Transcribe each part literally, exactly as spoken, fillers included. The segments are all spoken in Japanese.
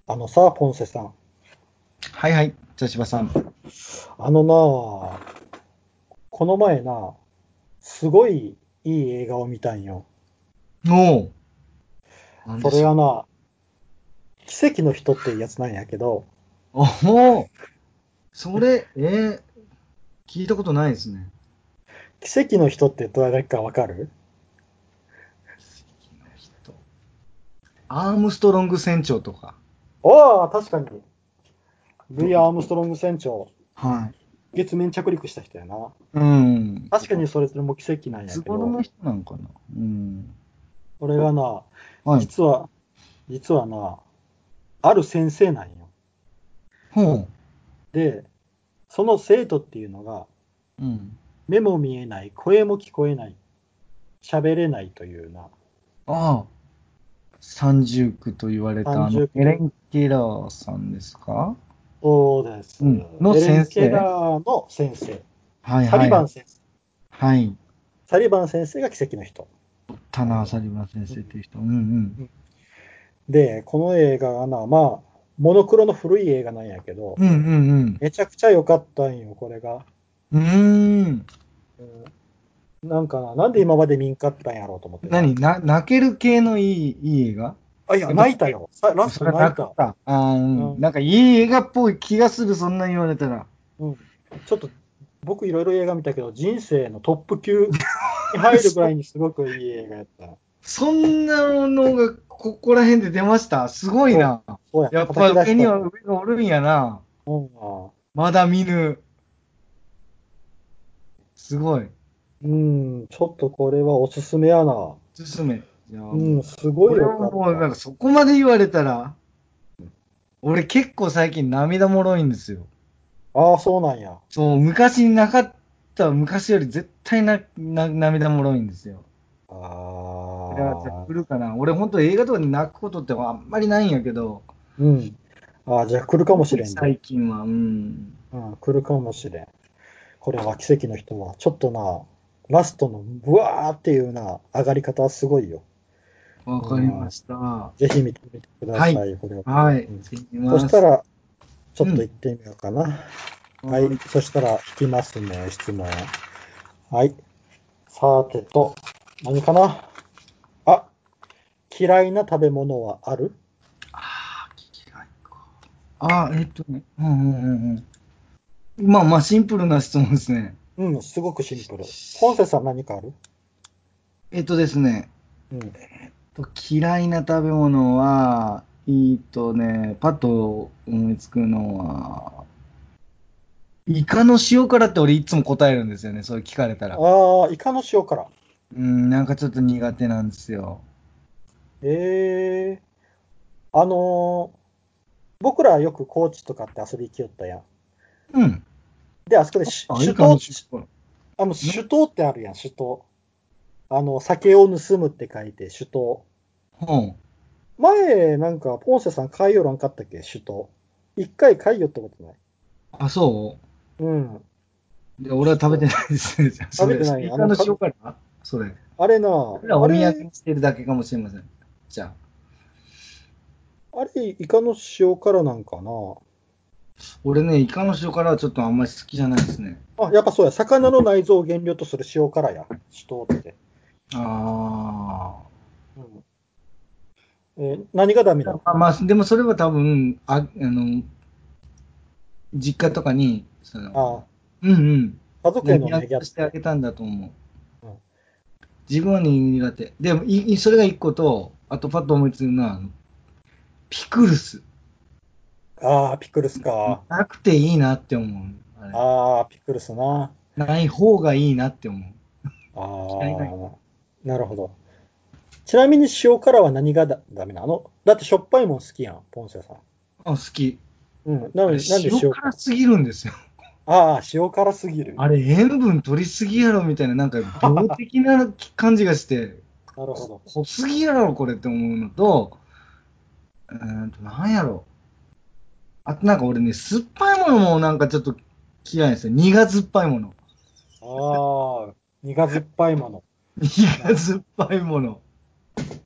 あのさ、ポンセさん。 はいはい、茶芝さん。 あのなあ、この前な、すごいいい映画を見たんよ。 おお、なんそでしょれがな、奇跡の人っていうやつなんやけど、 う。おお、それ、えー、聞いたことないですね。 奇跡の人ってどれかわかる？ 奇跡の人。アームストロング船長とか。 ああ、確かに。ルイ・アームストロング船長、 はい。 月面着陸した人やな。 うん。とか。 確かにそれも奇跡なんいやけど、 つ頃の人なんかな。うん。 これがな、 はい。 実は、実はな、ある先生なんよ。 ほで、その生徒っていうのが、 う。うん。 目も見えない、声も聞こえない、喋れないというな、 ああ、三重苦と言われたあの、 三重苦と、 エレン・ケラーさんですか？ そうです。 うん。のエレン・先生。 ケラーの先生。サリはいはいはい。 バン先生。 はい。 サリバン先生が奇跡の人。 棚浅リバ先うん生っていう人。うんうん。 うん。で、この映画がな、まあ、モノクロの古い映画なんやけど、 うんうんめちゃくちゃ良かったんよ、これが。 うん。うーん。 うん、なんかな、なんで今まで見んかったんやろうと思ってな。 何な、泣ける系のいい、いい映画？ あ、いや、 やっぱ、 泣いたよ。さラスそれはト泣いた。 泣くか。あーうん。 うん、 なんかいい映画っぽい気がする、そんなに言われたら。 うん。ちょっと、僕いろいろ映画見たけど、人生のトップ級に入るぐらいにすごくいい映画やった。 そんなのがここら辺で出ました。すごいそう、 な。 そうや、 やっぱ叩き出し上にはたよ。 上がおるんやな。 うん、 まだ見ぬ。すごい。 うん、ちょっとこれはおすすめやな。 おすすめ。じゃあうん、 もう、 すごい俺はよかった。 もうなんかそこまで言われたら、俺結構最近涙もろいんですよ。 ああ、そうなんや。 そう、昔なかった昔より絶対な、な、涙もろいんですよ。 あこれはじゃあ来るあ、 かな。俺本当映画とかで泣くことってあんまりないんやけど、 うん。ああ、じゃあ来るかもし特にれんで。 最近は、うん。 うん、来るかもしれん。これは奇跡の人は。ちょっとな、ラストのブワーっていうな、上がり方はすごいよ。 わかりうん、 ました。 ぜひ見てみてくだはい。 さい、これは。 はい。 うん、 じゃあ行きます。 そしたら、ちょっとうん。 行ってみようかな。はい。 はい。 そしたら、引きますね、質問。はい。さてと、何かなあ、嫌いな食べ物はある？ ああ、嫌いか。ああ、えっとね。うんうんうんうん。まあまあ、シンプルな質問ですね。 うん、すごくシンプル。ポンセさん何かある？ えっとですね。 うん。 と嫌いな食べ物は、えっとね、パッと思いつくのは、イカの塩辛って俺いつも答えるんですよね。そう聞かれたら。 ああ、イカの塩辛。 うん、なんかちょっと苦手なんですよ。 ええ、あのー僕らよく高知とかって遊びに来よったやん。 うん。 で、あそこでしあ、イカの酒盗、 塩辛。 あの、 な、 酒盗ってあるやん、酒盗。あの、酒を盗むって書いて、酒盗。 うん。 前、なんか、ポンセさん買いよらんかったっけ、酒盗。一回買いよったことない？ あ、そうん。 うで、俺は酒盗。 食べてないですね。それ。 食べてない。あの、 イカのか、 塩辛それ。 あれな、 俺らお土産あれ、 にしてるだけかもしれません。じゃあれ、イカの塩辛なんかな。 あ。俺ね、イカの塩辛はちょっとあんまり好きじゃないですね。 あ、やっぱそうや。魚の内臓を原料とする塩辛や。酒盗って。 あうん。えー何がダメだ？ あ。まあ、でもそれは多分、あ、あの、実家とかに、その、 ああ、 うんうん、 家族へのお土産ねぎゃって。 としてあげたんだと思う。 うん。 自分はね、苦手。でも、い、いそれが一個と、あとパッと思いつくのは、あのピクルス。 ああ、ピクルスか。 なくていいなって思う。あれ。 ああ、ピクルスな。 ない方がいいなって思う。 あ嫌いない。 あ、なるほど。ちなみに塩辛は何がだダメなの？だってしょっぱいもん好きやん、ポンセさん。 あ、好き。 うん。なのあれ、 になんで塩塩辛？ 辛すぎるんですよ。 ああ、塩辛すぎる。 あれ、塩分取りすぎやろみたいな、なんか病的な感じがして、 なるほど。 濃すぎやろこれって思うのと、うーんと、なんやろ。あとなんか俺ね、酸っぱいものもなんかちょっと嫌いですよ。苦酸っぱいもの。 ああ、苦酸っぱいもの。 苦な、 酸っぱいもの。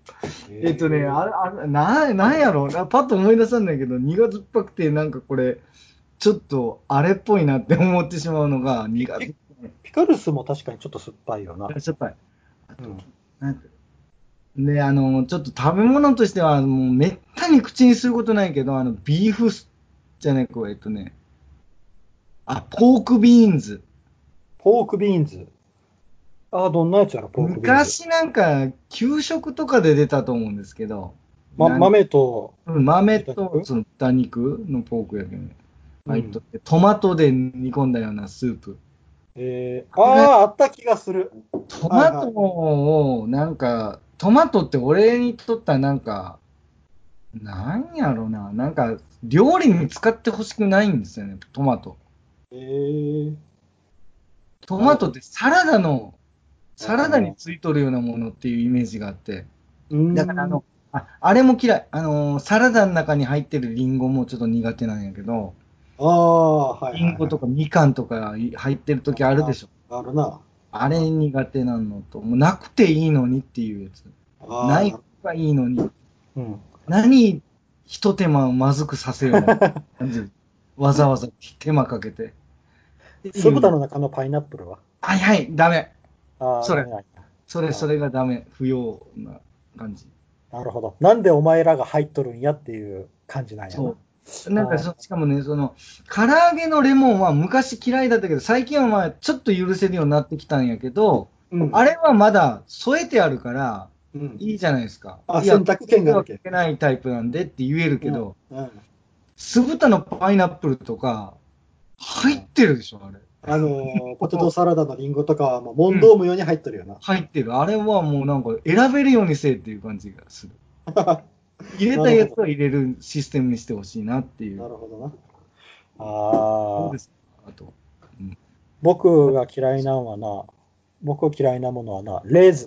えっとね、あれ、あれ、な、なんやろうな、パッと思い出さんないけど、苦酸っぱくて、なんかこれ、ちょっとあれっぽいなって思ってしまうのが、苦酸っピピカルスも確かにちょっと酸っぱいよな。 ぱい。酸っぱい。あと、 うん。 なんか、で、あの、ちょっと食べ物としては、もうめったに口にすることないけど、あの、ビーフスじゃない、こう、えっとね、あ、ポークビーンズ。 ポークビーンズ。ああ、どんなやつやろ、ポークビーンズ。 昔なんか、給食とかで出たと思うんですけど、 ま、 なん豆とうん豆と豚肉。 その豚肉のポークやけどね、 うん。 入っとって、トマトで煮込んだようなスープ。 えー、 あれが、 ああ、あった気がする。 トマトはいはい。 を、なんか、トマトって俺にとったらなんか、なんやろな、なんか、料理に使ってほしくないんですよね、トマト。 えー、 トなるほど。 マトってサラダの、 あサラダにーついとるようなものっていうイメージがあって、 うーん。 だからあの、あ、あれも嫌い。あのーサラダの中に入ってるリンゴもちょっと苦手なんやけど、 ああ、はいリンゴはいはい。 とかみかんとか入ってる時あるであしょ。 あ、あるな。 あれ苦手なのと、もうなくていいのにっていうやつ。 ああ、 ない方なるがいいのに、 うん。 何一手間まずくさせようみたいな感じ。わざわざ手間かけて。って酢豚いう。 の中のパイナップルははいはい、ダメ。 ああ、 それ。 ダメなんや。 それ、そあれがダメ。不要な感じ。 あ、なるほど。なんでお前らが入っとるんやっていう感じなんやな。 そう。なんかあそ、しかもね、その、唐揚げのレモンは昔嫌いだったけど、最近はまあ、ちょっと許せるようになってきたんやけど、 うん。 あれはまだ添えてあるから、 うん。 いいじゃないですか。 あ、 いや、 選択権これはかがあるけん。 けないタイプなんでって言えるうん。 けど、 うん。 酢豚のパイナップルとか、入っうん。 てるでしょ、あれ。 あのーポテトサラダのリンゴとかはもう問うん。 答無用に入っとるよな。 入ってる。あれはもうなんか選べるようにせえっていう感じがする。入れたいやつなるほど。 は入れるシステムにしてほしいなっていう。 なるほどな。ああ、 どうですかあと。うん。 僕が嫌いなのはな、僕が嫌いなものはな、レーズン。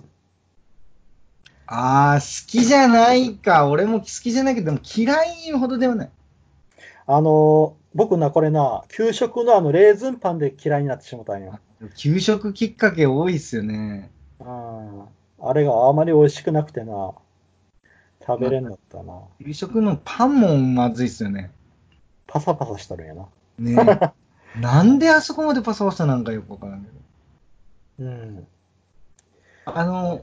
ああ、好きじゃないか。俺も好きじゃないけど、でも嫌いほどではない。 あのー僕な、これな、給食のあのレーズンパンで嫌いになってしまったんよ。 あでも給食きっかけ多いっすよね。 うん。あれがあまり美味しくなくてな、食べまあ、 れんだったな。 給食のパンもまずいっすよね。 パサパサしとるんやな。 ねえ。なんであそこまでパサパサなんかよくわからんけど。 うん。 あの、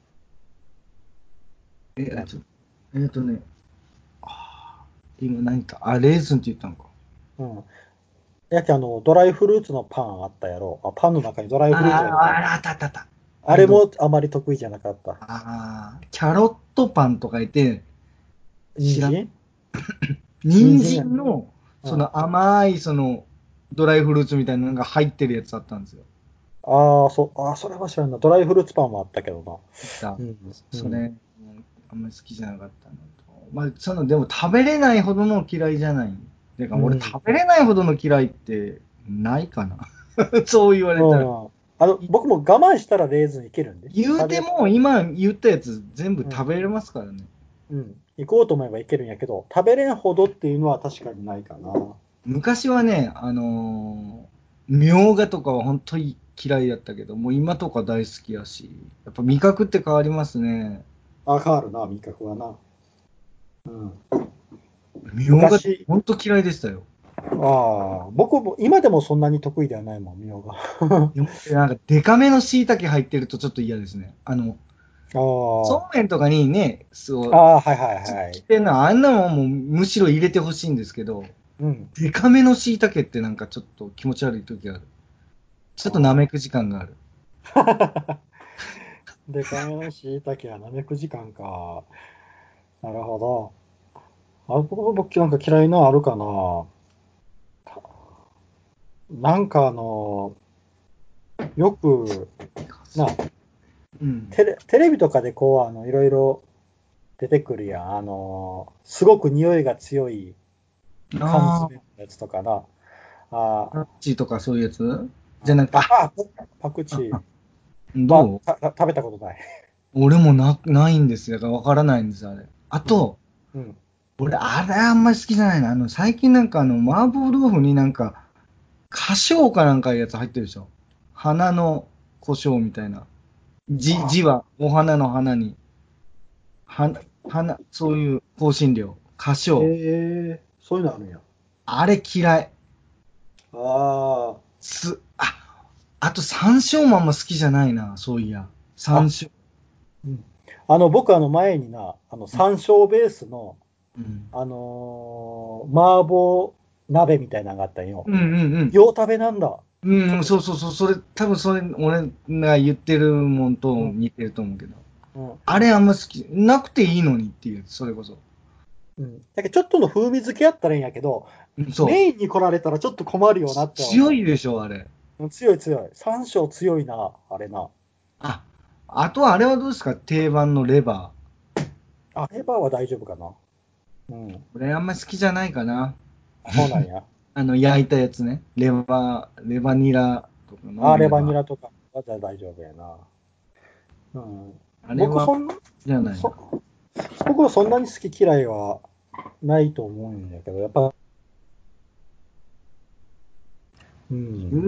え、あ、ちょ、えっとね、今何か、あ、レーズンって言ったのか。 うん。やけあの、ドライフルーツのパンあったやろ。あ、パンの中にドライあフルーツが入ってる。 あ、あったあったあった。あれどうあれもあまり得意じゃなかった。 ああ、キャロットパンとか言って、知らん。 人参人人参や。 参の、 うん。 その甘い、その、ドライフルーツみたいなのが入ってるやつあったんですよ。 ああ、そう、ああ、それは知らんな。ドライフルーツパンもあったけどだな。うん。うん。 それ、あんまり好きじゃなかったのと。まあ、その、でも食べれないほどの嫌いじゃない。てか、俺うん。 食べれないほどの嫌いってないかな。そう言われたら。 うん。あの、僕も我慢したらレーズンいけるんで。食べ、 言うても、今言ったやつ全部うん。 食べれますからね。 うん。行こうと思えばいけるんやけど、食べれんほどっていうのは確かにないかな。 昔はね、あのーみょうがとかは本当に嫌いだったけど、もう今とか大好きやし、やっぱ味覚って変わりますね。 あ、変わるな、味覚はな。うん。 みょうが昔、 本当嫌いでしたよ。 ああ、僕も今でもそんなに得意ではないもん、みょうが。 でもなんかデカめの椎茸入ってるとちょっと嫌ですね。あの、そうあめんとかにね、そあ、 う、 ああ、はいはいつはい。 来てんのあんなもんもうむしろ入れてほしいんですけど、 うん。 デカめの椎茸ってなんかちょっと気持ち悪い時がある。ちょっと舐あめく時間がある。 あ。でかめの椎茸はなめく時間か。なるほど。あ、僕、僕なんか嫌いなのあるかな。なんかあの、よく、な、 うん。 テレ、テレビとかでこう、あの、いろいろ出てくるやん。あの、すごく匂いが強い缶ああ、 詰のやつとかな。あパッチーとかそういうやつじゃあ、 なくて、あ、 あ、パクチあ、 ーあどうはたた食べたことない。 俺もな、ないんですよ。だからわからないんです、あれ。あうん。 と、 うん。 俺、あれあんまり好きじゃないな。あの、最近なんかあの、麻婆豆腐になんか、花椒かなんかいうやつ入ってるでしょ。花の胡椒みたいな。じ、 あ、 字はお花の花に花、花、そういう香辛料、花椒。 ええ、そういうのあるんや。 あれ嫌い。 あす、あ、あと山椒もあんま好きじゃないな、そういや。 あ。あ、 山椒。 うん。あの、僕あの前にな、あの、 うん。 山椒ベースの、 うん。 あのー麻婆鍋みたいなのがあったんよ。 うんうんよう食べなんだ。 うん。うん、 ちょっと、 そうそうそう、それ、多分それ、俺が言ってるもんとうん、 似てると思うけど。 うん、 あれあんま好き、なくていいのにっていう、それこそ。 うん。だけどちょっとの風味付けやったらいいんやけど、 うん、そう。 メインに来られたらちょっと困るよなって思強いでしょ、あれ。 う。うん、強い強い。山椒強いな、あれな。 あ、あとはあれはどうですか、定番のレバあ、レバーは大丈夫かな。うん。 ー。俺あんま好きじゃないかな。 そうなんや。 あの、焼いたやつね。レバー、レバニラとかのあ、レレババニラとかは大丈夫やな。うん。 ー。あれは、 僕そん、 じゃないな。 そ、僕はそんなに好き嫌いはないと思うんだけど、やっぱ、うん。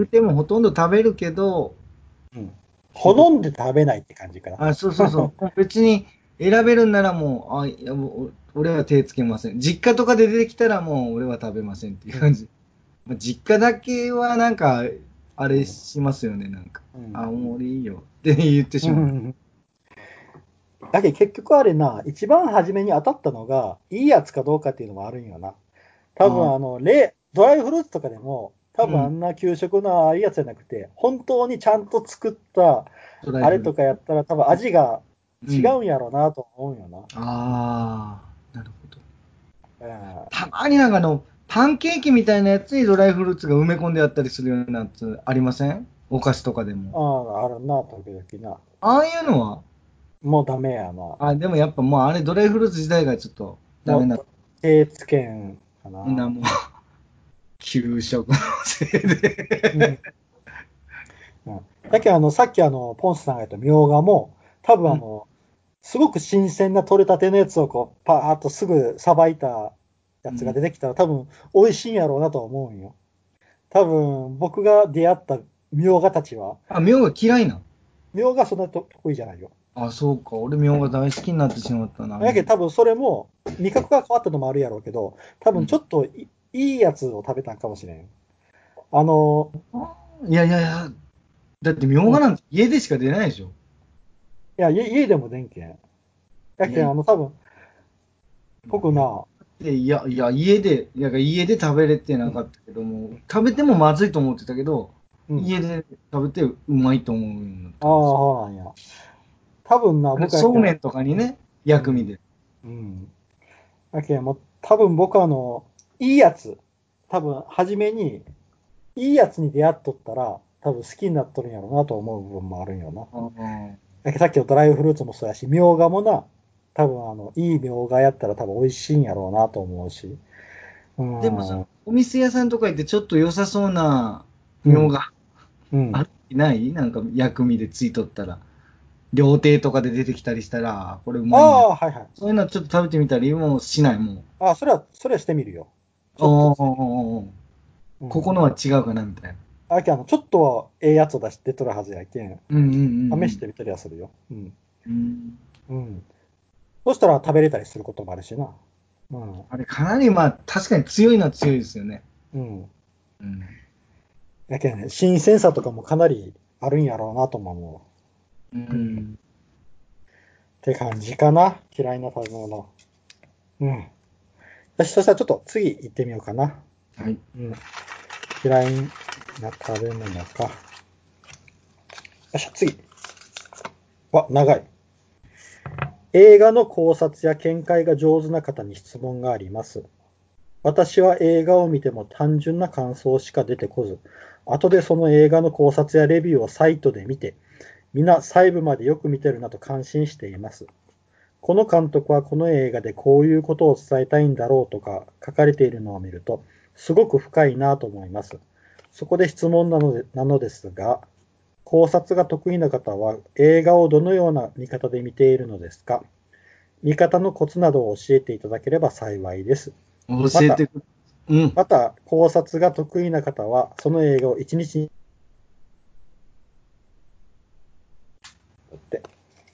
言うてもほとんど食べるけど、 うん。 日々。 好んで食べないって感じかな。 あ、そうそうそう。別に選べるんならもう、あ、いやもう、俺は手つけません。実家とかで出てきたらもう俺は食べませんっていううん。 感じ。まあ実家だけはなんか、あれうん。 しますよね、なんか。あ、 うん。 もう俺いいよって言ってしまう。 うん。だけど結局あれな、一番初めに当たったのが、いいやつかどうかっていうのもあるんよな。多分あ、 あの、レ、ドライフルーツとかでも、多うん。 分あんな給食のああいうやつじゃなくて、本当にちゃんと作ったドライフルーあれとかやったら多分味がツ。うん。 違うんやろうなと思うんよな。 ああ、なるほど。 うん。あたまになんかあの、パンケーキみたいなやつにドライフルーツが埋め込んであったりするようなやつありません？お菓子とかでも。 あ、あるな、時々な。 ああいうのは、 もうダメやな。 あ、でもやっぱもうあれドライフルーツ自体がちょっとダメな。 もう、手つけんかな。 なもう、給食のせいで。 うん。うん。だけどあの、さっきあの、ポンスさんが言ったみょうがも、多うん。 分あの、すごく新鮮な取れたてのやつをこう、パーッとすぐさばいたやつがうん。 出てきたら多分美味しいんやろうなとは思うんよ。多分僕が出会ったみょうがたちは、 あ、みょうが嫌いな。 みょうがそんなに得意じゃないよ。 あ、そうか。俺みょうが大好きになってしまったな。 だけど多分それも味覚が変わったのもあるやろうけど、多うん。 分ちょっといいいやつを食べたんかもしれん。あの、 いやいやいや、だってみょううん。いがなんて家でしか出ないでしょ。 や、家家でも電気だいやいけどあの多分、 や、みょうが僕な、 っていやいや、家で、いや家で食べれてうん、 なかったけども、食べてもまずいと思ってたけど、 うん。 家で食べてうまいと思うようになっああ、 たんですよ。 そうなんや。多分な、僕やけん、 そうめんとかにうん、 ね、薬味うん、 で。 うん。だけん、もう多分僕あの、いいやつ、多分初めに、いいやつに出会っとったら、多分好きになっとるんやろうなと思う部分もあるんよな。 ああ。 だけどさっきのドライフルーツもそうやし、みょうがもな、多分あの、いいみょうがやったら多分美味しいんやろうなと思うし。うでもさ、 ん、 お店屋さんとか行ってちょっと良さそうなうん、 みょうがうん。 あるないなんか薬味でついとったら。料亭とかで出てきたりしたら、あこれうまいんや。 ああ、はいはい。 そういうのちょっと食べてみたりもしないもん。 ああ、それは、それはしてみるよ。ちああ、 ょっとつけてこみる。うん。 このは違うかなみたいな。 あけあの、ちょっとはええやつを出してとるはずやけん、 うんうんうん試してみたりはするよ。うん。 うん。うんうん。そしたら食べれたりすることもあるしな。うん。 あれかなりまあ確かに強いのは強いですよね。 うん。 うん。 やけんね、新鮮さとかもかなりあるんやろうなとも思うう。うん。っん。 て感じかな。嫌いな食べ物。うん。よし、そしたらちょっと次行ってみようかな。 はい。 うん。嫌いな食べ物か。よっしゃ、次。わ、長い。映画の考察や見解が上手な方に質問があります。私は映画を見ても単純な感想しか出てこず、後でその映画の考察やレビューをサイトで見て、皆細部までよく見てるなと感心しています。この監督はこの映画でこういうことを伝えたいんだろうとか書かれているのを見ると、すごく深いなと思います。そこで質問なのでなのですが、考察が得意な方は映画をどのような見方で見ているのですか？見方のコツなどを教えていただければ幸いです。また、 教えてく、うん。 また考察が得意な方はその映画を一日にって。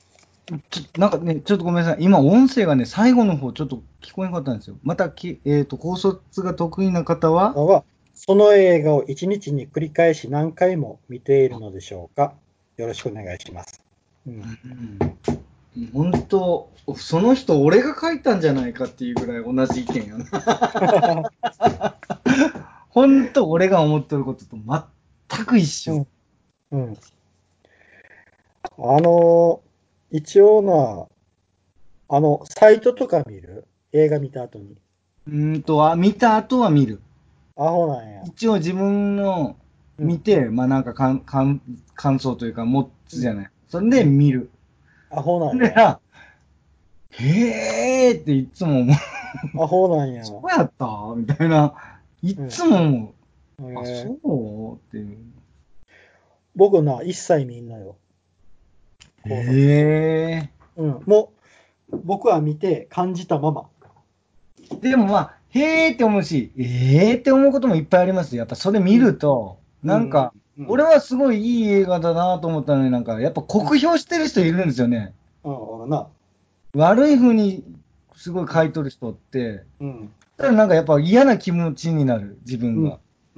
ちょなんかね、ちょっとごめんなさい。今、音声がね、最後の方、ちょっと聞こえなかったんですよ。またき、えっと、高卒が得意な方はは、その映画を一日に繰り返し何回も見ているのでしょうか。よろしくお願いします。うん。 うん、本当、その人、俺が書いたんじゃないかっていうぐらい同じ意見やな。本当、俺が思ってることと全く一緒。 うん。うん。あの、一応な、あの、サイトとか見る映画見た後に。 うーんと、あ、見た後は見る。 アホなんや。 一応自分のうん。 見て、まあなんか感感感想というか持つうん。 じゃない。それでうん。 見る。 アホなんや。 で、あ、へーっていつも思う。 アホなんや。 そうやったみたいな。いうん。 つも思う。あ、そえーうっていう。 僕な、一切見んのよ。考察。 へうん。もう、僕は見て感じたまま。 ー。でもまあ、へーって思うし、えーって思うこともいっぱいあります。やっぱそれ見うん。 ると、 うん。 なんか、 うん。 俺はすごいいい映画だなと思ったのになんか、やっぱうん。 酷評してる人いるんですよね。 うん。俺な。 悪い風にすごいうん。 書いとる人って、 うん。 ただなんかやっぱ嫌な気持ちになる、自分うん。 が。 うん。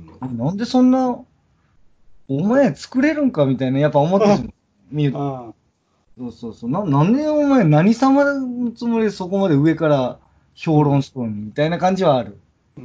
なんでそんな、お前作れるんかみたいな、やっぱ思ってしまう。見ると。 ああ。 そうそうそう。な、なんでお前何様のつもりでそこまで上から評論うん。 しとんみたいな感じはある。 うん。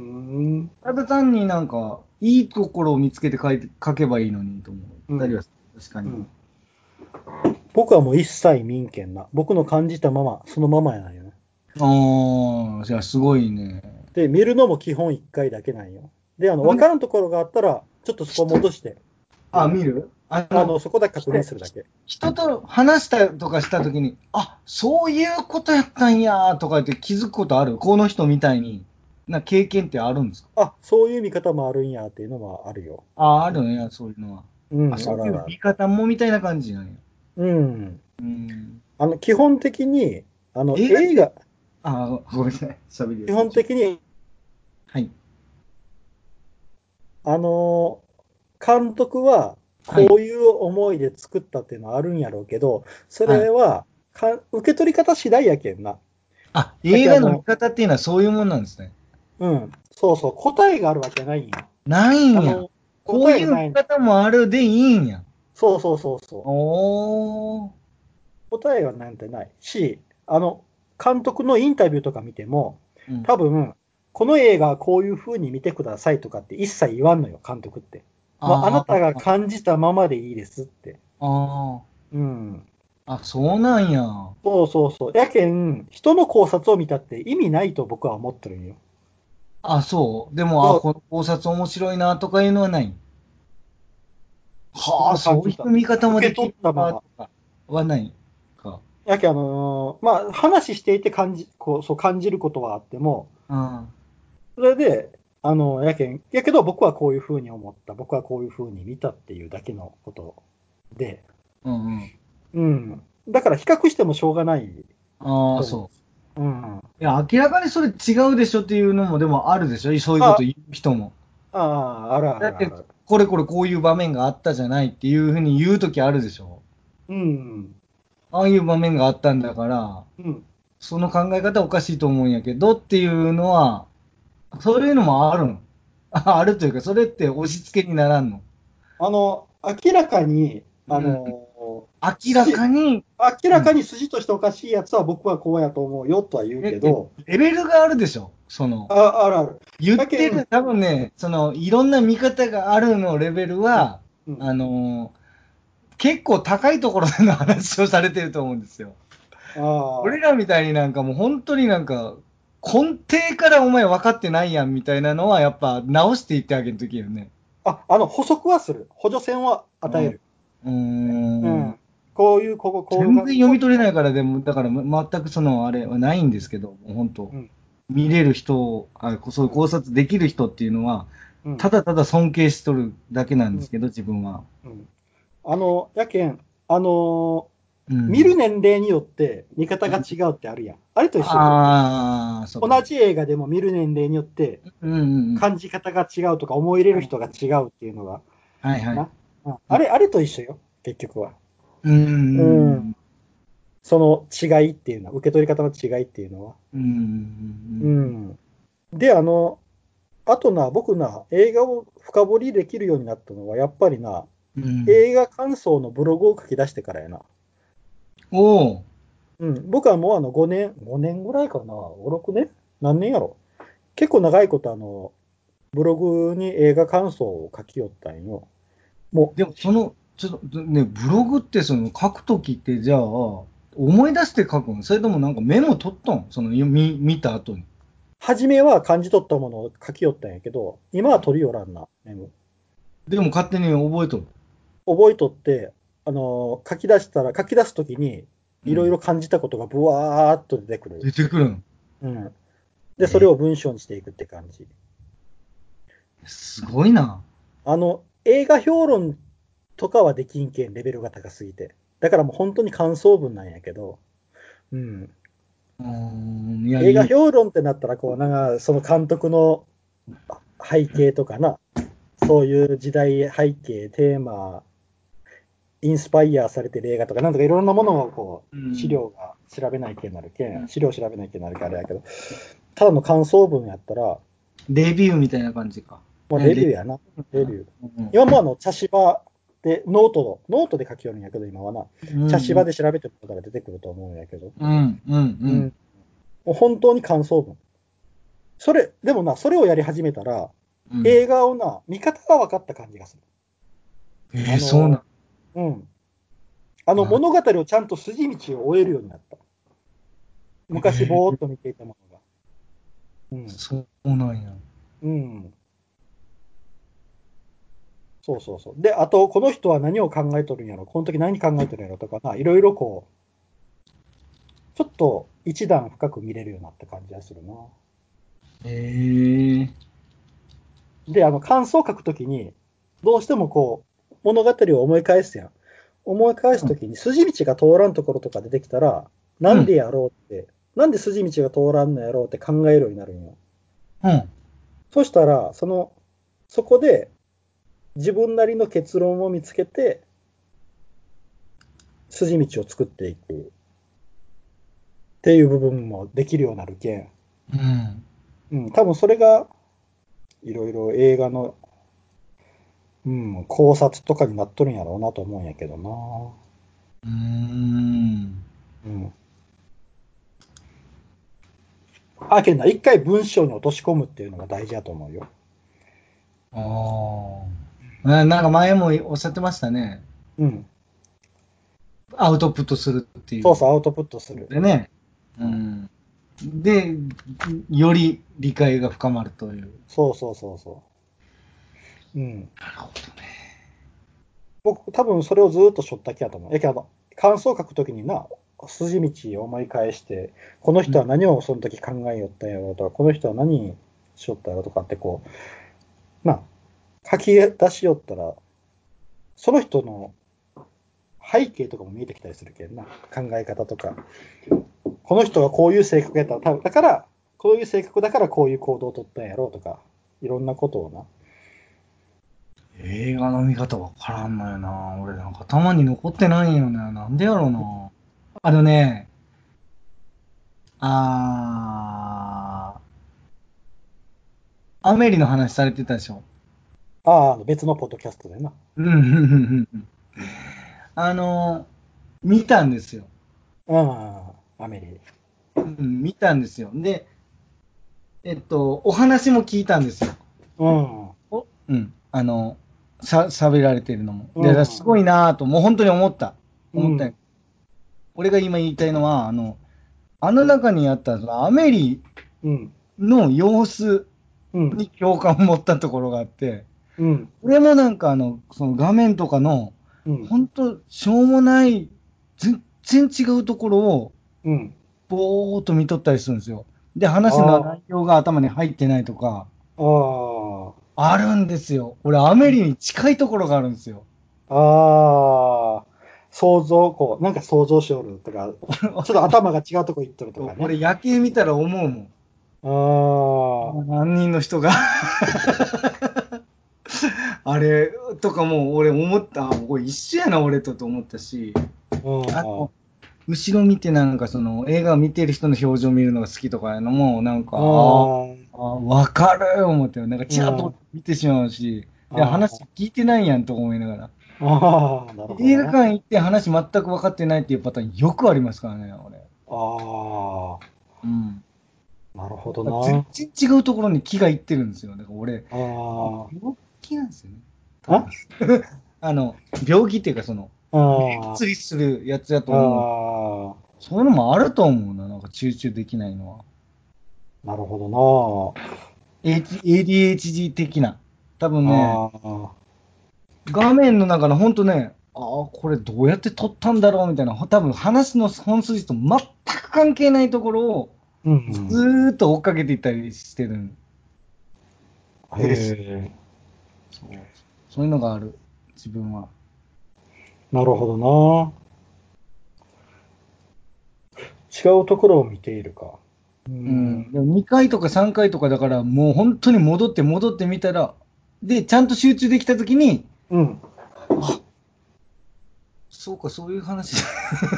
ただ単になんか、いいところを見つけて書いて、書けばいいのにと思ったりはうん。 する。確かに。 うん。僕はもう一切民権な。僕の感じたまま、そのままやなんよね。 ああ、じゃあすごいね。 で、見るのも基本一回だけなんよ。で、あの、 ほんで、 わからんところがあったら、ちょっとそこ戻して見あ、 る。 見るああの、 の、 そこだけ確認人するだけ。 人と話したりとかしたときに、あ、そういうことやったんやとか言って気づくことあるこの人みたいにな経験ってあるんですか？ あ、そういう見方もあるんやっていうのもあるよ。 あ、あうん。 るね、そういうのは。あ、 うん、 そういうあるあるある。 見方もみたいな感じなんや。 うん。 うん。 あの、基本的に、あの、 映画って、 映画、 あ、ごめんなさい。喋り基やすい。ちょっと本的に、 はい。 あの、監督は、 はい。 こういう思いで作ったっていうのはあるんやろうけど、そはい。 れは、か受け取り方次第やけんな。 あ、 だけ映画の見あの、 方っていうのはそういうもんなんですね。 うん、そうそう、答えがあるわけないんや。 ないんや。 あの、 こういう見答えない。 方もあるでいいんや。 そうそうそうそう。 おー。 答えはなんてないし、あの、監督のインタビューとか見ても、 うん。 多分、この映画はこういう風に見てくださいとかって一切言わんのよ、監督って。もうあなあたがあ、 感じたままでいいですって。 あうん。 あ。あ、そうなんや。 そうそうそう。やけん、人の考察を見たって意味ないと僕は思ってるんよ。 あ、そう。でも、あ、 そう、 この考察面白いなとかいうのはない。はあ、 僕は感そうじた。 いう見方も受け取できるったまま。 なとかはないか。 やけん、あのーまあ、話していて感じ、こう、そう感じることはあっても、 あそれで、あの、やけん、やけど僕はこういうふうに思った、僕はこういうふうに見たっていうだけのことで、 あ、うんうん。 うん。だから比較してもしょうがないああ、 と思そう。 う。うん。 いや、明らかにそれ違うでしょっていうのもでもあるでしょそういうことあ、 言う人も。 ああ、あるあだって、 るある。 これこれこういう場面があったじゃないっていうふうに言うときあるでしょうん。 ああいう場面があったんだから、 うん。 その考え方おかしいと思うんやけどっていうのは、そういうのもあるの。ああるというか、それって押し付けにならんの。 あの、明らかに、あうん。 の、 明ら筋、 かに、 明らかうん。 に筋としておかしいやつは僕はこうやと思うよとは言うえ、えけど、 レベルがあるでしょその、 あ、あるある。 言ってる、 だけん、 多分ね、その、いろんな見方があるのレベルうん、 は、 うん。 あのー結構高いところでの話をされてると思うんですよ。俺あらみたいになんかもう本当になんか、根底からお前分かってないやんみたいなのはやっぱ直していってあげるときよね。 あ、あ、あの、補足はする。補助線はうん。 与える。 うーん。 うん。こういう、ここ、こういう全が、こ然読み取れないからでも、だからま全くそのあれはないんですけど、もう本当う、うん、 見れる人、あ、そういううん、 考察できる人っていうのは、 うん、 ただただ尊敬しとるだけなんうん、 ですけど、自分は。 うん。あの、やけん、あのうん。 見る年齢によって見方が違うってあるやん。あれと一緒で、 ああ、そうかそうか。 同じ映画でも見る年齢によってうんうんうん。 感じ方が違うとか思い入れる人が違うっていうのが、 はいはい。 な。うん、あれ、あれと一緒よ、結局は。 うんうんうん。 うん。 その違いっていうのは、受け取り方の違いっていうのは。 うん。う。 うんん。で、あの、あとな、僕な、映画を深掘りできるようになったのは、やっぱりな、 うん。 映画感想のブログを書き出してからやな。 おお。 うん。僕はもうあのごねん、ごねんぐらいかな、ご、ろくねん何年やろ。結構長いことあの、ブログに映画感想を書きよったんよ。もでも、その、ちょっとね、ブログってその書くときってじゃあ、思い出して書くの？それともなんかメモ取ったん？その、見、見た後に。 初めは感じ取ったものを書きよったんやけど、今は取りよらんな。メモでも勝手に覚えとる。 覚えとって、あのー書き出したら、書き出すときに、いろいうん。 ろ感じたことがブワーっと出てくる。 出てくるん。 うん。で、それえを文章にしていくって感じ。 ー、すごいな。 あの、映画評論とかはできんけん、レベルが高すぎて。だからもう本当に感想文なんやけど、うん。 うーん、いや、 映画いい。 評論ってなったら、こう、なんか、その監督の背景とかな、そういう時代背景、テーマ、インスパイアされてる映画とか、なんとかいろんなものをこう、資うん。 料が調べないけんなるけん、資料調べないけんなるけんあれやけど、ただの感想文やったら、 レビューみたいな感じか。 まあ、 ね、レビレビューやな、 ューかな。 レビュー。 うん今もあの、茶芝で、ノートの、ノートで書きよるんやけど、今はな、 うん。 茶うん芝で調べてることが出てくると思うんやけど、 うん。うん。うん。 うん。もう本当に感想文。それ、でもな、それをやり始めたら、 うん。 映画をな、見方が分かった感じがする。 えー、そうなあの、うん。あのな。 物語をちゃんと筋道を追えるようになった。昔えー、 ぼーっと見ていたものが。うん。 そうなんや。 うん。そうそうそう。で、あと、この人は何を考えとるんやろ、この時何考えとるんやろとかな、いろいろこう、ちょっと一段深く見れるようになった感じがするな。 えー、 で、あの、感想を書くときに、どうしてもこう、物語を思い返すやん。思い返すうん。 ときに筋道が通らんところとか出てきたら、なうん。 んでやろうって、なんで筋道が通らんのやろうって考えるようになるんよ。 うん。 そしたら、その、そこで自分なりの結論を見つけて、筋道を作っていくっていう部分もできるようになるけん。 うん。 うん、多分それが、いろいろ映画の、うん、考察とかになっとるんやろうなと思うんやけどな。 うーん。 うん。あ、けどな、一回文章に落とし込むっていうのが大事だと思うよ。 ああ。ななんか前もおっしゃってましたね。 うん。 アウトプットするっていう。 そうそう、アウトプットする。 でね。ううん。 ん。で、より理解が深まるという。 そうそうそうそう。うん。 なるほどね。 僕、多分それをずーっとしょったきやと思う。やけど、感想を書くときにな、筋道を思い返して、この人は何をその時考えよったんやろうとか、この人は何しよったんやろとかってこう、な、書き出しよったら、その人の背景とかも見えてきたりするけんな、考え方とか。この人がこういう性格やったら、多分だから、こういう性格だからこういう行動を取ったんやろうとか、いろんなことをな。 映画の見方わからんのよな。俺なんか頭に残ってないんよね。なんでやろうな。あのね、あー、アメリの話されてたでしょ。 ああ、別のポッドキャストでな。 うん、うん、うん、うん。あの、見たんですよ。 ああ、アメリ。 うん、見たんですよ。で、えっと、お話も聞いたんですよ。 うん。 おうん。あの、しゃ、喋られてるのも。で、すうん。 ごいなぁと、もう本当に思った。思ったよ。 うん。 俺が今言いたいのは、あの、あの中にあったそのアメリうん。 の様子うん。 に共感を持ったところがあって、 うん。 俺もなんかあの、その画面とかの、 うん。 本当しょうもない、全然違うところを、 うん。 ぼーっと見とったりするんですよ。で、話のあ内容が頭に入ってないとか、 あ、ああるんですよ。俺、アメリに近いところがあるんですよ。 あ、ああ、想像、こう、なんか想像しおるとか、ちょっと頭が違うとこ行っとるとかね。 俺、夜景見たら思うもん。 ああ、 何人の人があれとかも俺思った、あこれ一緒やな、俺とと思ったし、 うん、 あの、 後ろ見てなんかその映画を見てる人の表情を見るのが好きとかいうのも、なんか、 ああーあ、わかる思って、なんかチラッと見てしまうし、いや、 あ話聞いてないやんと思いながら。 ー、あーなるほ映画どな。 館行って話全く分かってないっていうパターンよくありますからね、俺。 あうん。 あ、なるほど全な。 然違うところに気がいってるんですよ。だから俺、 あ病気なんですよね。多あ、 分。あの、病気っていうかその、 ああ、 釣りするやつやと思う。 ああ、 そういうのもあると思うな、なんか集中できないのは。 なるほどエーディーエイチディー 的な。多分な。 ね、 ああ、 画面の中のほんとね、ああ、これどうやって撮ったんだろうみたいな、多分話の本筋と全く関係ないところをうん、うずん。 ーっと追っかけていったりしてるんへです。 え、 そう。そういうのがある、自分は。 なるほどな。違うところを見ているか。ううん。 ん、 でもにかいとかさんかいとかだから、もう本当に戻って戻ってみたら、で、ちゃんと集中できたときに、 うん。 あ、そうか、そういう話だ。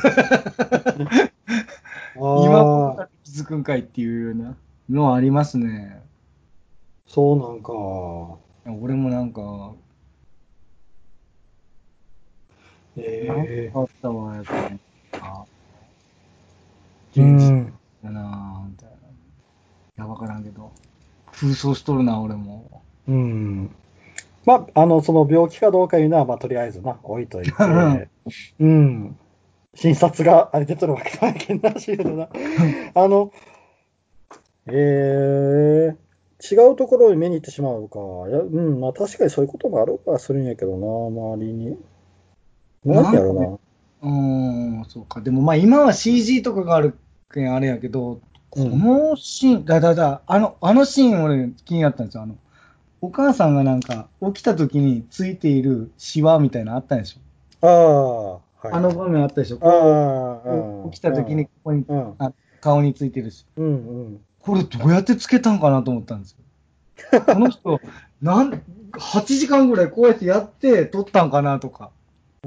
あ今頃あ、 だって気づくんかいっていうようなのはありますね。 そうなんか。 俺もなんか、なんかええ、 あったわ、やけん。あ、 う現実ん、 だなぁ、みたいな。いや、わからんけど。空想しとるな、俺も。 うん。まあ、あの、その病気かどうかいうのは、まあ、とりあえずな、置いといて、うん。診察があれ出とるわけないけんな、しいのな。あの、えー、違うところに目に行ってしまうか。いや、うん、まあ確かにそういうこともあるからするんやけどな、周りに。何なんかね、 やろうーん、そうか。でもまあ今は シージー とかがあるけんあれやけど、 な。うこん。 のシーン、だだだ、あの、あのシーン俺気になったんですよ。あの、お母さんがなんか起きた時についているシワみたいなのあったんでしょ。 ああ、はいはい。 あの場面あったでしょ。 ああ、 こうん、 う、起きた時にうん、 ここに、 うん、 あ、顔についてるし。 うん、うん。 これどうやってつけたんかなと思ったんですよ。この人、なん、はちじかんぐらいこうやってやって撮ったんかなとか。 うん、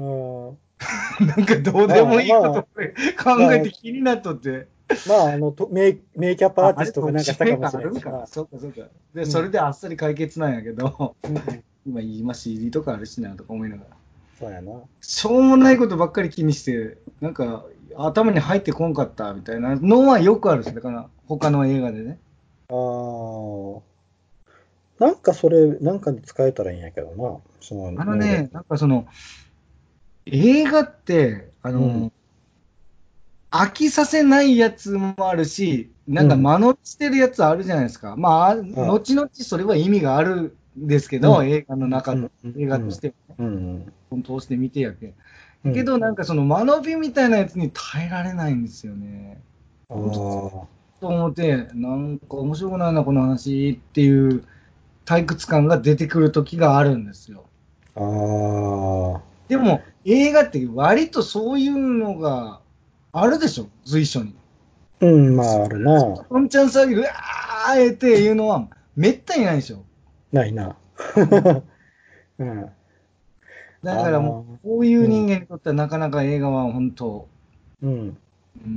なんかどうでもまあ、 いいこまあ、 と俺考えまあ、 て気になっとって。 まあ、あの、とメイ、メイキャップアあ、 ーティスあれトがなんかしたか特殊メーもしれんしな。 カーあるんか。そうかそうか。で、 うん、 それであっさり解決なんやけど、 うん、 今、今 シーディー とかあるしなとか思いながら。 そうやな。 しょうもないことばっかり気にして、なんか頭に入ってこんかったみたいなのはよくあるんです。だから他の映画でね。 ああ、なんかそれ、なんかに使えたらいいんやけどな、その能力。 あのね、なんかその映画って、あうん、 の、飽きさせないやつもあるし、なんかうん、 間延びしてるやつあるじゃないですか。まあ、 あ、 後々それは意味があるんですけど、 うん、 映画の中で、 うん、うん、 映うん、 画としてはね、 うん、 通して見てやけん。 うん、 だけど、なんかその間延びみたいなやつに耐えられないんですよね。 あ本当あ、 と思って、なんか面白くないな、この話っていう退屈感が出てくる時があるんですよ。 ああ、 でも、映画って割とそういうのがあるでしょ、随所に。 うん、まあ、あるな。 どんちゃん騒ぎ、うわーえっていうのは、めったにないでしょ。 ないな。うん、 だからもう、 ああ、 こういううん、 人間にとってはなかなか映画は本当、 うん。 うん、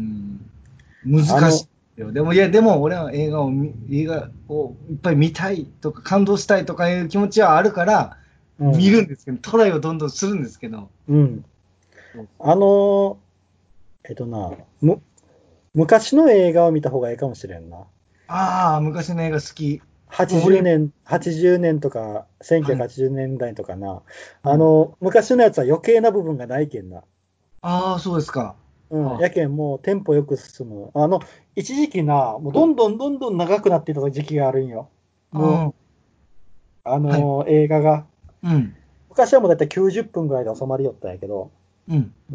難あの、 しいよ。でも、いや、でも俺は映画を見、映画をいっぱい見たいとか、感動したいとかいう気持ちはあるから、見うん、 るんですけど、トライをどんどんするんですけど、 うん。 そうあの、えっとな、む、昔の映画を見た方がいいかもしれんな。 ああ、昔の映画好き。 80 俺、 年、はちじゅうねんとか、 はい、 せんきゅうひゃくはちじゅうねんだいとかな。あはい。 の、昔のやつは余計な部分がないけんな。 ああ、そうですか。 うん、 はやけんもうテンポよく進む。あの、一時期な、もうどんどんどんどん長くなっていた時期があるんよ。もう、 あ、 あはい。 のー映画が。 うん、 昔はもうだいたいきゅうじゅっぷんぐらいで収まりよったんやけど。 うん。 うん。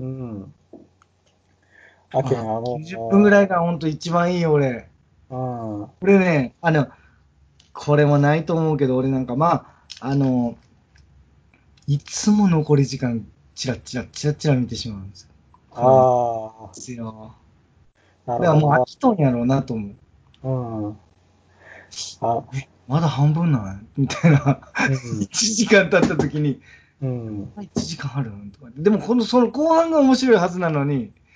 あけん、 あ、 あのきゅうじゅっぷんぐらいが本当一番いいよ、俺。 ー俺ね、あの、これもないと思うけど、俺なんかまあ、あの、いつも残り時間、チラッチラッチラッチラ見てしまうんですよ。 うん、 これもあですよ。 あ、なだからもう飽るほどな。 きとんやろうなと思う。 うん。あ、 え、まだ半分なんみたいな。 うん。 いちじかん経った時に、 うん。 いちじかんあるとか。でも、この、その後半が面白いはずなのに、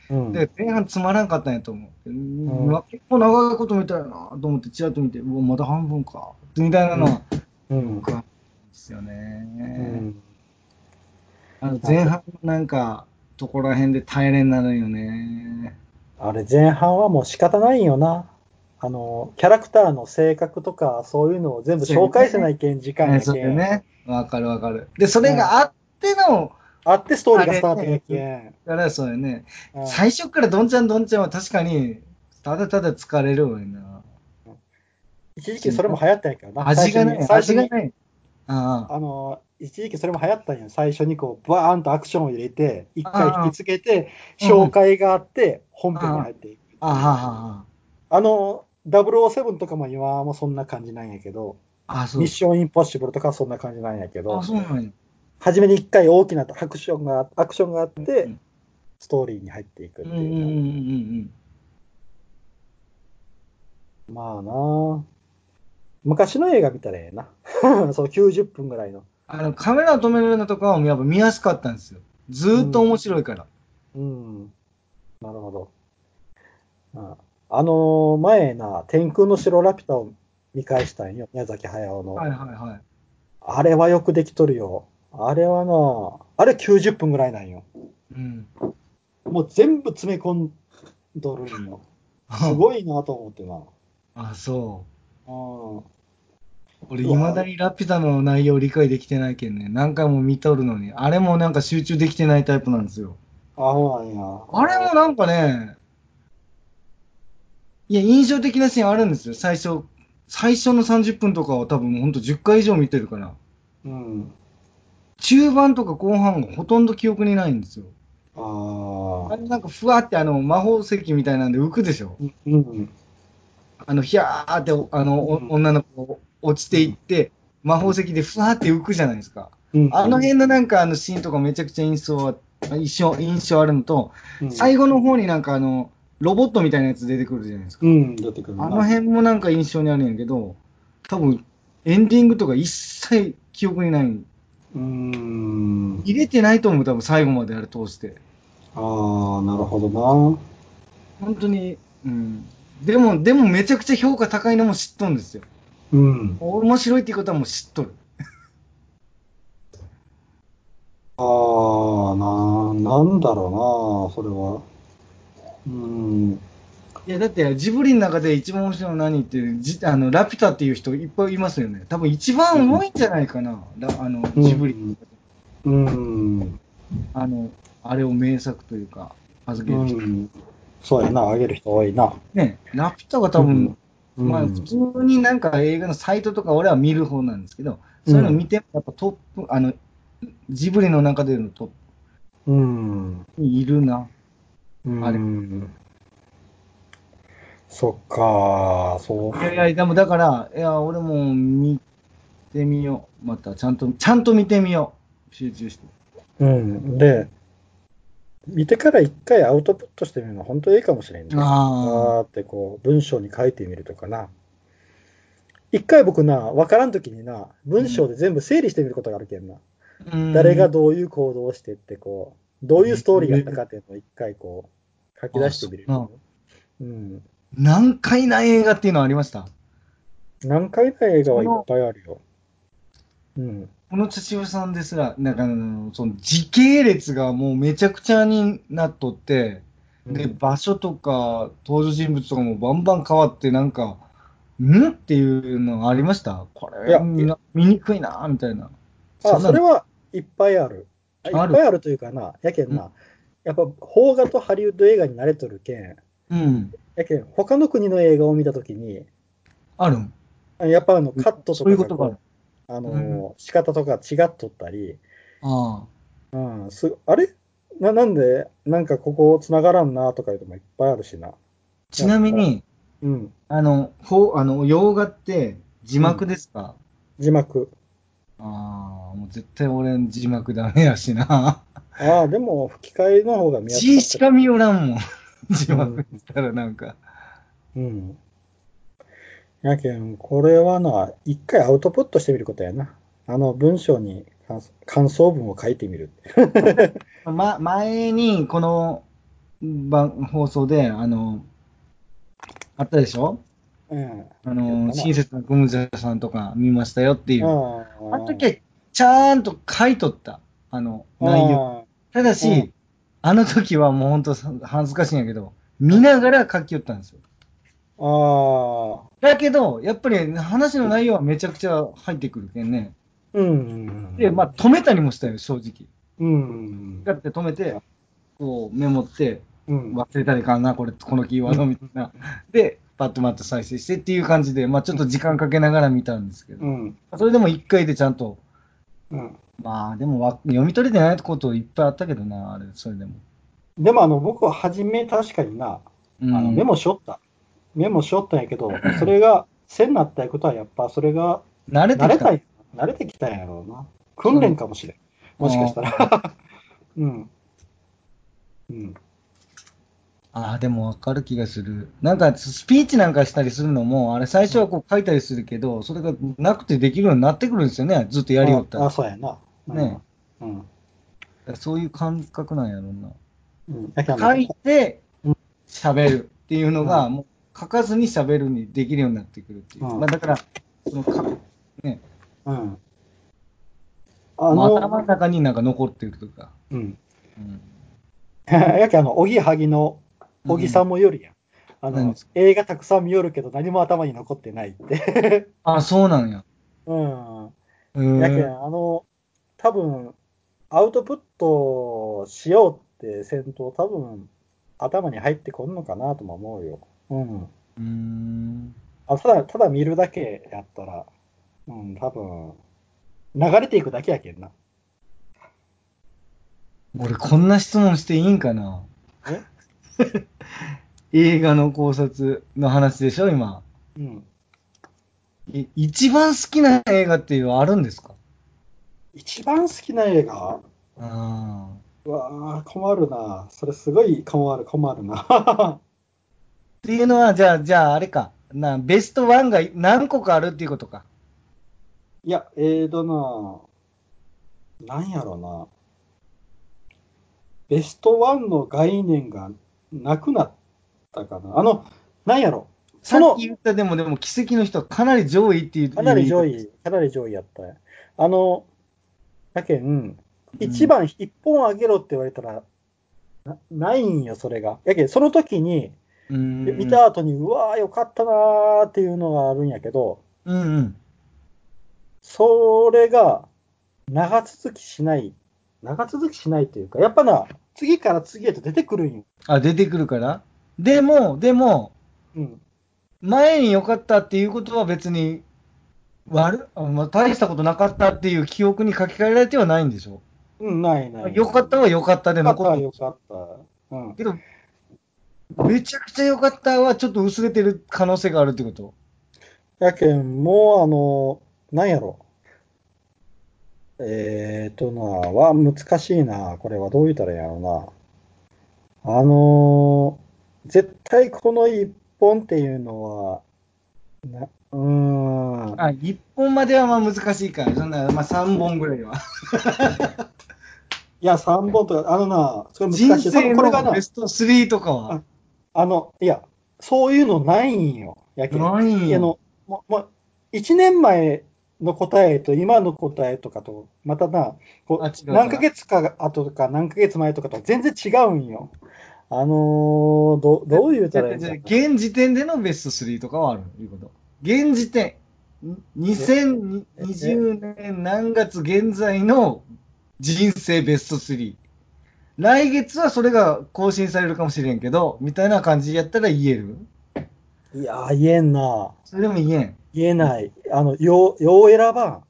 うん。 で、前半つまらんかったんやと思う。ううんわ、結構長いこと見たよなと思って、ちらっと見て、うわ、まだ半分か。みたいなのは、 うん僕は、ですようね。 ん。 あの、 あと、 前半のなんか、ところら辺で大変になるんよね。 あれ前半はもう仕方ないんよな。あの、キャラクターの性格とかそういうのを全部そうよ紹介せなね。 いけん時間ね、そうよやけん。 ね。わかるわかる。で、それうん。 があっての、 あってストーリーがスタートあれね、 やけん。 だからそうよね。 うん。 最初からどんちゃんどんちゃんは確かに、ただただ疲れるわよな。 一時期しそれも流行ったんやけどな。最初に、 味がない、 最初に、 味がない。ああの、一時期それも流行ったんや。最初にこう、バーンとアクションを入れて、一あ、 回引きああ、 つけて、 うんうん。 紹介があって、本編にあ入っていくっあ、あていう。 あ、 あの、ダブルオーセブンとかも今もそんな感じなんやけど、 ああ、そうか。 ミッションインポッシブルとかはそんな感じなんやけああ、 ど、 そうなんや。 初めに一回大きなアクションが、アクションがあって、 うん、 ストーリーに入っていくっうん、うん、うん、 ていうな。 うん。 まあな昔の映画見たらええな。そう、きゅうじゅっぷんぐらいの。 あの、カメラを止めるのとかはやっぱ見やすかったんですよ。ずうん、 ーっと面白いから。 うん、なるほど。ああのー前な、天空の城ラピュタを見返したんよ、宮崎駿の。 はいはいはい。 あれはよくできとるよ。あれはな、あれきゅうじゅっぷんぐらいなんよ。 うん。 もう全部詰め込んどるんよ。すごいなと思ってな。 あ、そう。 うん。 俺、 うわ、 未だにラピュタの内容理解できてないけんね。何回も見とるのに。あれもなんか集中できてないタイプなんですよ。 あ、そうなんや。 あれもなんかね、いや、印象的なシーンあるんですよ。最初、最初のさんじゅっぷんとかは多分ほんとじゅっかい以上見てるから。 うん。 中盤とか後半がほとんど記憶にないんですよ。 ああ。 あれなんかふわってあの魔法石みたいなんで浮くでしょ。 うん。うん。 あの、ひゃーってあのおうん。 女の子落ちていって、魔法石でふわーって浮くじゃないですか。 うん。 あの辺のなんかあのシーンとかめちゃくちゃ印象は、印象、印象あるのと、 うん。 最後の方になんかあの、ロボットみたいなやつ出てくるじゃないですか。 うん。出てくるあのな。 辺もなんか印象にあるんやけど、多分、エンディングとか一切記憶にない。 うーん。 入れてないと思う、多分最後まであれ通して。 ああ、なるほどな。 本当に、うん。でも、でもめちゃくちゃ評価高いのも知っとるんですよ。 うん。 面白いっていうことはもう知っとる。 ああ、な、なんだろうな、それは。うん。 いや、だってジブリの中で一番面白いのは何っていう、じあの、ラピュタっていう人いっぱいいますよね。多分一うん。 番多いんじゃないかな。ラあの、 うジブリのん。 中で。 うん。 あの、あれを名作というか、預うける人。 ん。そうやな、あげる人多いな。 ね、ラピュタが多分、 うん。うまあ普通ん。 になんか映画のサイトとか俺は見る方なんですけど、そういうのうん。 見てもやっぱトップ、あの、ジブリの中でのトッうん。 プにいるな。 うあれ。 ん。そっか、そう。 いやいや、でもだから、いや、俺も見てみよう。また、ちゃんと、ちゃんと見てみよう。集中して。 うん。で、見てから一回アウトプットしてみるのは本当にいいかもしれんで。 あわーってこう、文章に書いてみるとかな。一回僕な、わからんときにな、 あ、うん。 文章で全部整理してみることがあるけんな。 うん。 誰がどういう行動をしてってこう、どういうストーリーやったかっていうのを一回こう、書き出あ、 してそんな。 みる。うん。 難解な映画っていうのはありました。 難解な映画はいっその、 ぱいあるよ。うん。 この父親さんですら、なんかあの、その時系列がもうめちゃくちゃになっとって、で、 うん。 場所とか登場人物とかもバンバン変わって、なんか、んっていうのありましたこれ、 いや、いみ見にくいな、みたいな。 あ、 そんなのそれはいっぱいある。あいっある。 ぱいあるというかな、やけんうん。 な、やっぱ邦画とハリウッド映画に慣れとるけん、 うん。 やけん、他の国の映画を見たときに、 あるん。 あやっぱあのカットとそういうことがある。 かがこう、あうん。 の仕方とか違っとったり、 ああ。 うん、す、あれな、なんで、なんかここ繋がらんなとかいうのもいっぱいあるしな。 ちやっぱ、 なみに、 うん、 あの、ほう、あの、洋画って字うん、 幕ですか？ 字幕。 ああ、もう絶対俺字幕ダメやしな。 ああ、でも吹き替えの方が見やすかったり。 字しか見よらんもん。字うん、 幕したらなんか。 うん。やけん、これはな、一回アウトプットしてみることやな。あの文章に感感想文を書いてみる。 ま、前に、この、 番放送で、あの、あったでしょ？ うん。 あの、 やったな。 親切なゴムジャさんとか見ましたよっていう。あのうん。 時はちゃんと書いとった。あの、内容。 うん。 ただうん。 し、あの時はもう本当恥ずかしいんやけど、 うん。 見ながら書きよったんですよ。 ああ。 だけど、やっぱり話の内容はめちゃくちゃ入ってくるけんね。 うで、まあん。 止めたりもしたよ、正直。 うん。 ガッて止めて、こうメモって、 うん。 忘れたらいかんな、これ、このキーワードみたいな。で、パッとまた再生してっていう感じで、まあちょっと時間かけながら見たんですけど、 うん。 それでも一回でちゃんと、 うん。 まあでもわ読み取れてないこといっぱいあったけどな、あれ、それでも。 でも、あの、僕は初め確かにな、あの、メうん。 モしよった。メモしよったんやけど、それが、線になったいうことは、やっぱ、それが、 慣れてきた。 慣れたんや。慣れてきたんやろうな。訓その、 練かもしれん。もしかしたあら。うん。うん。 あー、でもわかる気がする。なんか、スピーチなんかしたりするのも、あれ最初はうん。 こう書いたりするけど、それがなくてできるようになってくるんですよね。ずっとやりよああ、 ったら。 そうやな。うん。 ね。 うん。 そういう感覚なんやろうな。 うん。やけあの、 書いこてうん。 喋るっていうのうん。 が、もう書かずに喋るにできるようになってくるっていう。まあうん。 だから、そのか、ね、 うん。あまあの、 頭の中になんか残ってるとか。 うん。 うん。 やけあの、おぎはぎの、おぎさうん。 んもよるやん。あの、 何ですか？ 映画たくさん見よるけど何も頭に残ってないって。 あ、そうなんや。 うん。 へやけん、 え。 あの、多分、アウトプットしようってせんと、多分、頭に入ってこんのかなとも思うよ。うん。 うーん。 あ、ただ、ただ見るだけやったら、うん、多分、流れていくだけやけんな。 俺こんな質問していいんかな？ え映画の考察の話でしょ、今。 うん。 い一番好きな映画っていうのはあるんですか？ 一番好きな映画ああ。 うわー、困るな。それすごい困る、困るな。 っていうのは、じゃあ、じゃあ、あれか。な、ベストワンが何個かあるっていうことか。 いや、えーとな、なんやろな。ベストワンの概念がなくなったかな。あの、なんやろ。そさっきの、 言った、でも、でも、奇跡の人はかなり上位っていうかなり言い方。 上位、かなり上位やったね。あの、やけん、 うん。 一番一本あげろって言われたら、なないんよ、それが。やけん、その時に、 うーん。 見た後に、うわー、よかったなーっていうのがあるんやけど、 うんうん。 それが長続きしない。長続きしないというか、やっぱな、次から次へと出てくるんよ。 あ、出てくるから。でも、でも、 うん。 前に良かったっていうことは別に悪、あまあ、大したことなかったっていう記憶に書き換えられてはないんでしょ？ うん、ないない良かったない。 は良かったでよかった、 残っとるでしょ？ よかった。うん。 けど、めちゃくちゃ良かったはちょっと薄れてる可能性があるってこと？ やけん、もう、あの、なんやろ。えーとな、は、難しいな。これはどう言ったらいいんやろうな。あのー絶対この一本っていうのは、な、うーん。 あ、いっぽんまではまあ難しいから、そんな、まあさんぼんぐらいは。 いや、さんぼんとか、あのな、それ難人しい。多分生のこれがな、 ベストスリーとかはあ、あの、いや、そういうのないんよ。やけん。 ないんや。 あの、も、も、いちねんまえの答えと今の答えとかと、またな、 あ、 こう、何ヶ違うかな。 月か後とか何ヶ月前とかと全然違うんよ。あのーど、 じゃ、 どう言うたらいいんじゃ、じゃ、 かな。 現時点でのベストスリーとかはあるということ。現時点、 え、え、 にせんにじゅうねん何月現在の人生ベストスリー。来月はそれが更新されるかもしれんけど、みたいな感じやったら言える？ いやー、言えんな。 それでも言えん。 言えない。あの、よう、よう選ばん。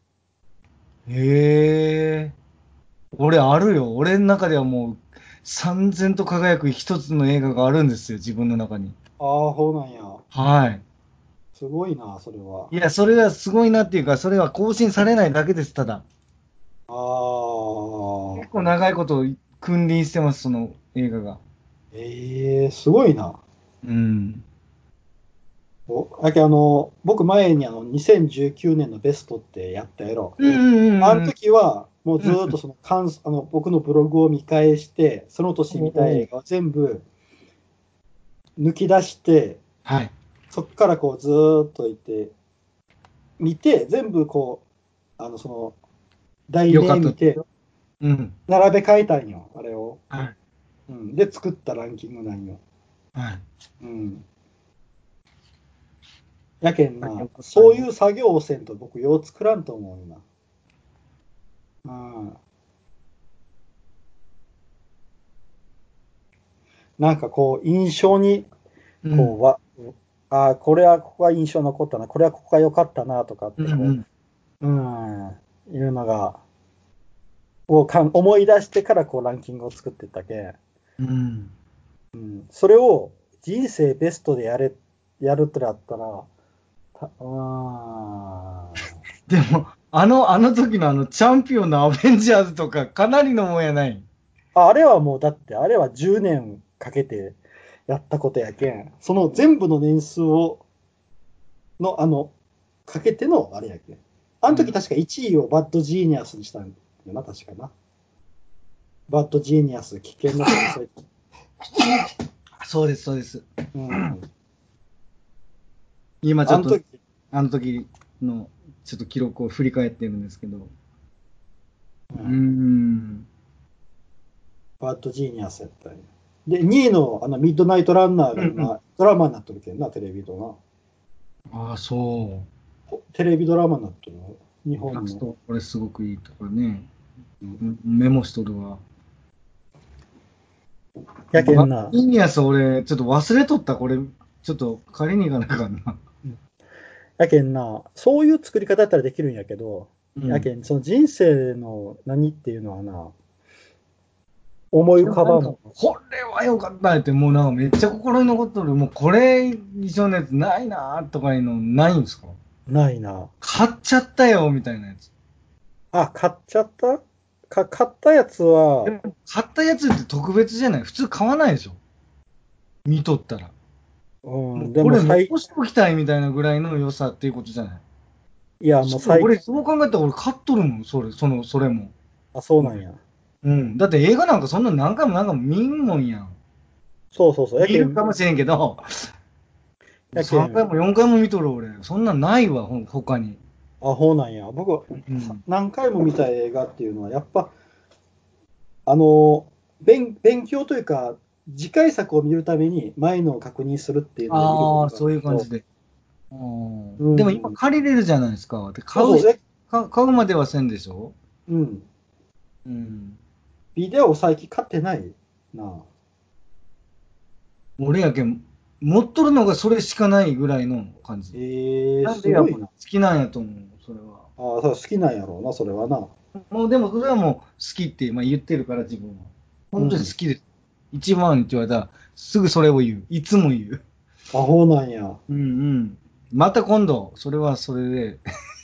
へえ。俺あるよ。俺の中ではもう、三千と輝く一つの映画があるんですよ、自分の中に。 ああ、そうなんや。 はい。 すごいな、それは。 いや、それはすごいなっていうか、それは更新されないだけです、ただ。 ああ、 結構長いこと君臨してます、その映画が。 ええすごいな。 うん。 お、だけあの、僕前にあの、にせんじゅうきゅうねんのベストってやったやろ。 うんうんあのうんうん時は、もうずうん。うん。 ーっとその感あの、僕のブログを見返して、その年見たおうおう。 映画を全部、 抜き出して、 はい。 そこからこうずーっといて、見て、全部こう、あの、その、題よかった名見て、 ですよ。うん。 並べ替えたんよ、あれを。 はい。 うん。で、作ったランキングなんよ。 はい。 うん。やけんな、 よかったよ。 そういう作業をせんと僕、よう作らんと思うな。うん。なんかこう、印象に、 うん。 こう、わ、ああ、これはここが印象に残ったな、これはここが良かったな、とかって、こうんうん。 う、うん、いうのが、をかん思い出してからこうランキングを作ってったけん、 うん。 うん、それを人生ベストでやれ、やるってなったら、たあでも、あの、あの時のあのチャンピオンのアベンジャーズとかかなりのもんやない。 あ、あれはもうだって、あれはじゅうねんかけてやったことやけん、その全部の年数を、の、あの、かけてのあれやけん。あの時うん。 確かいちいをバッドジーニアスにしたんよな、確かな。バッドジーニアス、危険な天才。 そうです、そうです。 うん。 今ちょっと、 あの時、 あの時のちょっと記録を振り返ってるんですけど。うーうん、 ん。 バッドジーニアスやったんや。で、にいのあのミッドナイトランナーうんうん。 が今、ドラマになっとるけんな、テレビドああ、そな。テレビドラマになっとるの。日う。ラ本の。 スト、これすごくいいとかね。 うん、 うんメモしとるわ。バッやけんな。 イニアス俺、ちょっと忘れとった。これ、ちょっと借りに行かなあかんな。 うん、やけんな、そういう作り方だったらできるんやけど、 うん。 やけん、その人生の何っていうのはな、思い浮でもなんか、 かばん。 これは良かったって、もうなんかめっちゃ心に残っとる。もうこれ以上のやつないなーとかいうのないんですか？ ないな。 買っちゃったよみたいなやつ。 あ、買っちゃったか、買ったやつは、 でも、買ったやつって特別じゃない？普通買わないでしょ？見とったら。 うん、でもうこれも最、 残しておきたいみたいなぐらいの良さっていうことじゃない？ いや、もう最、 そう、俺、そう考えたら俺買っとるもん、それ、その、それも。 あ、そうなん俺。 や。 うん。だって映画なんかそんな何回も何回も見んもんやん。 そうそうそう。や見けん、 るかもしれんけど、3 やけん、 回もよんかいも見とる俺。そんなんないわ、ほ他に。 あ、ほうなんや。僕、はうん。 何回も見た映画っていうのは、やっぱ、あの、勉、勉強というか、次回作を見るために前のを確認するっていうので見るこああ、 とがあそうるけど、 いう感じで。うん。でも今うん、 借りれるじゃないですか。で、買うし、 そうそう、え、 買買うまではせんでしょ？ うん、 うん。 ビデオ最近買ってないな。 俺やけん、持っとるのがそれしかないぐらいの感じ。 えー、 なんでやっぱ好すごいな。 きなんやと思う、それは。 ああ、そう好きなんやろうな、それはな。 もうでもそれはもう好きって、まあ、言ってるから自分は。本当に好うん。 きです。一番って言われたら、すぐそれを言う。いつも言う。 あ、ほうなんや。 うんうん。また今度、それはそれで。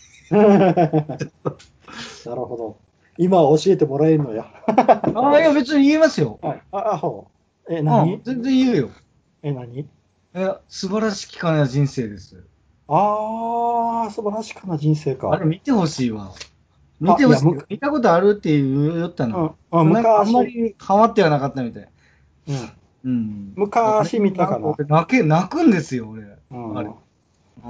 なるほど。今教えてもらえんのや。 ああ、いや別に言えますよ。 はい。あ、あ、ほう。え、 うん、 何全然言うよ。 え、何いや、素晴らしき金な人生です。 ああー、素晴らしかな人生か。 あれ見てほしいわ。見あ、いや、 てほしい。 む、 見たことあるって言ったな。 うん、うん、 なんかあんま昔、 りハマってはなかったみたい。 うん、 うん。あれ、 昔見たなんかかな。 俺泣け、泣くんですよ、俺。 うあれ。 ん。あうん。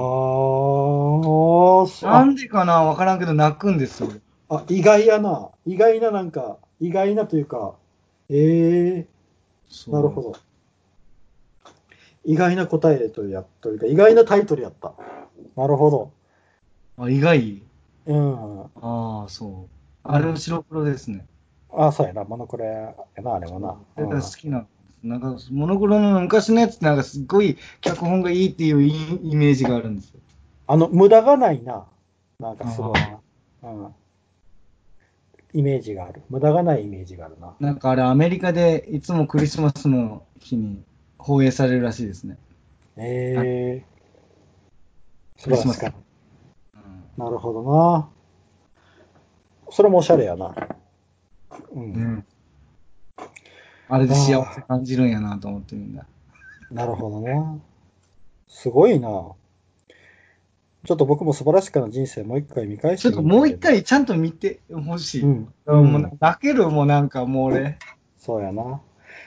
ー、そあ、 なんでかなわからんけど泣くんですよ、俺。 あ、意外やな。意外ななんか、意外なというか、ええなるそう。 ほど。意外な答えというや、というか、意外なタイトルやった。なるほど。 あ、意外。 うん。うああ、そう。あれはん。 白黒ですね。 あ、そうやな。モノクロやな、あれもな。 そう。だからうん。 好きなんです。なんか、モノクロの昔のやつってなんかすっごい脚本がいいっていうイイメージがあるんですよ。 あの、無駄がないな。なんかすごいな。 ああ。 うん。イメージがある。無駄がないイメージがあるな。 なんかあれアメリカでいつもクリスマスの日に放映されるらしいですね。あ、 ええ素クリスマス。 晴らしかった。 うん。 なるほどな。それもおしゃれやな。うん。 うん。あれで幸せあ感じるんやなと思ってみんな。 あ、なるほどな。すごいな。ちょっと僕も素晴らしかな人生もう一回見返してみちょっともう一んといけんな。 回ちゃんと見てほしい。 うん。うもうん。 泣けるもうなんかもう俺。 そうやな。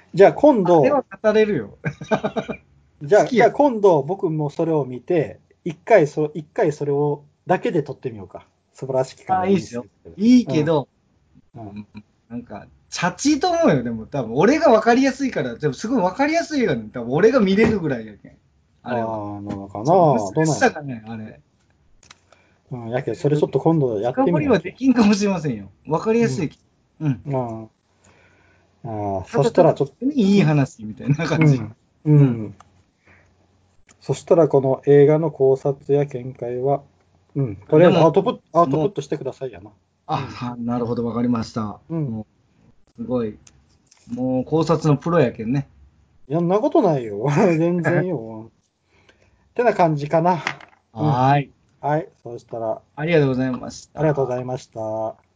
じゃあ今あれは度、 語れるよ。 じゃあ、 好きや。 じゃあ今度僕もそれを見て、一回そ、一回それをだけで撮ってみようか。素晴らしきかあ、 のいいっすよ。 インスペクいいト。うん。 けど、 うん。 うんなんか、チャチいと思うよ、でも。多分、俺が分かりやすいから、でもすごい分かりやすい映画ね。多分、俺が見れるぐらいやけん。あれは。 ああ、なのかな。 そう、難しどうなんやろ。 さがね、あれ。 うん。やけど、それちょっと今度やって深掘りはでみるわけ。 きんかもしれませんよ。分かりやすい。 うん。 うん。 うん。ああ、 ただただ、 そしたらちょっと、 いい話みたいな感じ。 うん。ううん。 ん。そしたらこの映画の考察や見解は、うん。とりあえずでも、 アウトプット、アウトもう、 プットしてくださいやな。 あ、 うん。 はなるほど、分かりました。 うん。 もう、すごい。もう、考察のプロやけんね。 いやんなことないよ。全然よ。ってな感じかな。うん。 はーい。 はい。そうしたら、 ありがとうございましありがとうごた。 ざいました。